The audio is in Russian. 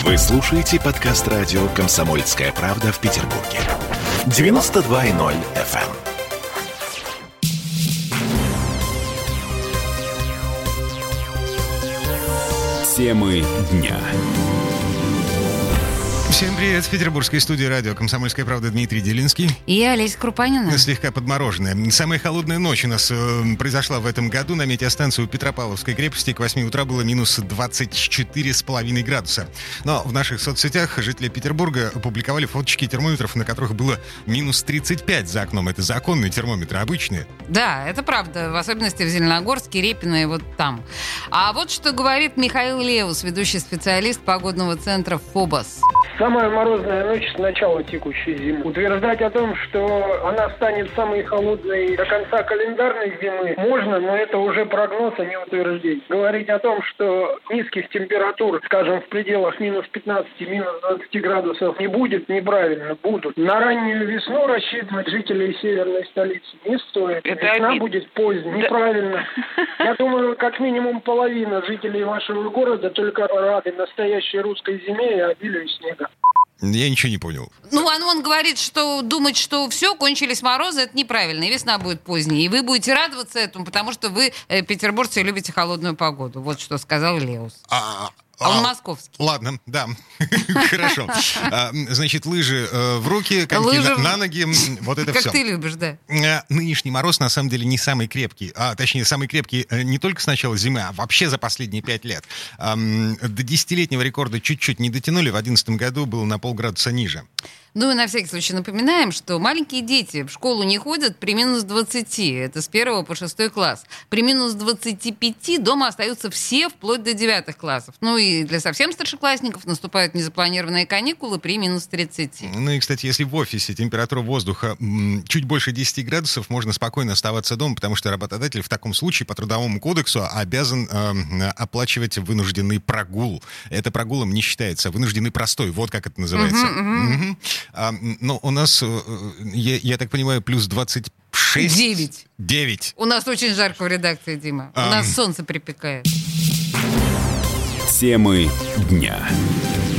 Вы слушаете подкаст радио «Комсомольская правда» в Петербурге. 92.0 FM. Темы дня. Всем привет! В петербургской студии радио «Комсомольская правда» Дмитрий Делинский. И я, Олеся Крупанина. Слегка подмороженная. Самая холодная ночь у нас произошла в этом году. На метеостанции у Петропавловской крепости к 8 утра было минус 24,5 градуса. Но в наших соцсетях жители Петербурга опубликовали фоточки термометров, на которых было минус 35 за окном. Это законные термометры, обычные. Да, это правда. В особенности в Зеленогорске, Репино и вот там. А вот что говорит Михаил Леус, ведущий специалист погодного центра «Фобос». Самая морозная ночь с начала текущей зимы. Утверждать о том, что она станет самой холодной до конца календарной зимы, можно, но это уже прогноз, а не утверждение. Говорить о том, что низких температур, скажем, в пределах минус 15, минус 20 градусов не будет, неправильно, будут. На раннюю весну рассчитывать жителей северной столицы не стоит. Весна будет поздней, неправильно. Я думаю, как минимум половина жителей вашего города только рады настоящей русской зиме и обилию снега. Я ничего не понял. Ну, он говорит, что думать, что все, кончились морозы, это неправильно, и весна будет поздней. И вы будете радоваться этому, потому что вы, петербуржцы, любите холодную погоду. Вот что сказал Леус. Он московский. Ладно, да. Хорошо. Значит, лыжи в руки, коньки на ноги, вот это все. Как ты любишь, да. Нынешний мороз, на самом деле, не самый крепкий. Точнее, самый крепкий не только с начала зимы, а вообще за последние 5 лет. До 10-летнего рекорда чуть-чуть не дотянули. В 2011 году было на полградуса ниже. Ну и на всякий случай напоминаем, что маленькие дети в школу не ходят при минус 20. Это с 1 по 6 класс. При минус 25 дома остаются все вплоть до 9 классов. Ну и для совсем старшеклассников наступают незапланированные каникулы при минус 30. Ну и, кстати, если в офисе температура воздуха чуть больше 10 градусов, можно спокойно оставаться дома, потому что работодатель в таком случае по Трудовому кодексу обязан оплачивать вынужденный прогул. Это прогулом не считается. Вынужденный простой. Вот как это называется. Но у нас, я так понимаю, плюс 26... 9. У нас очень жарко в редакции, Дима. У нас солнце припекает. Темы дня.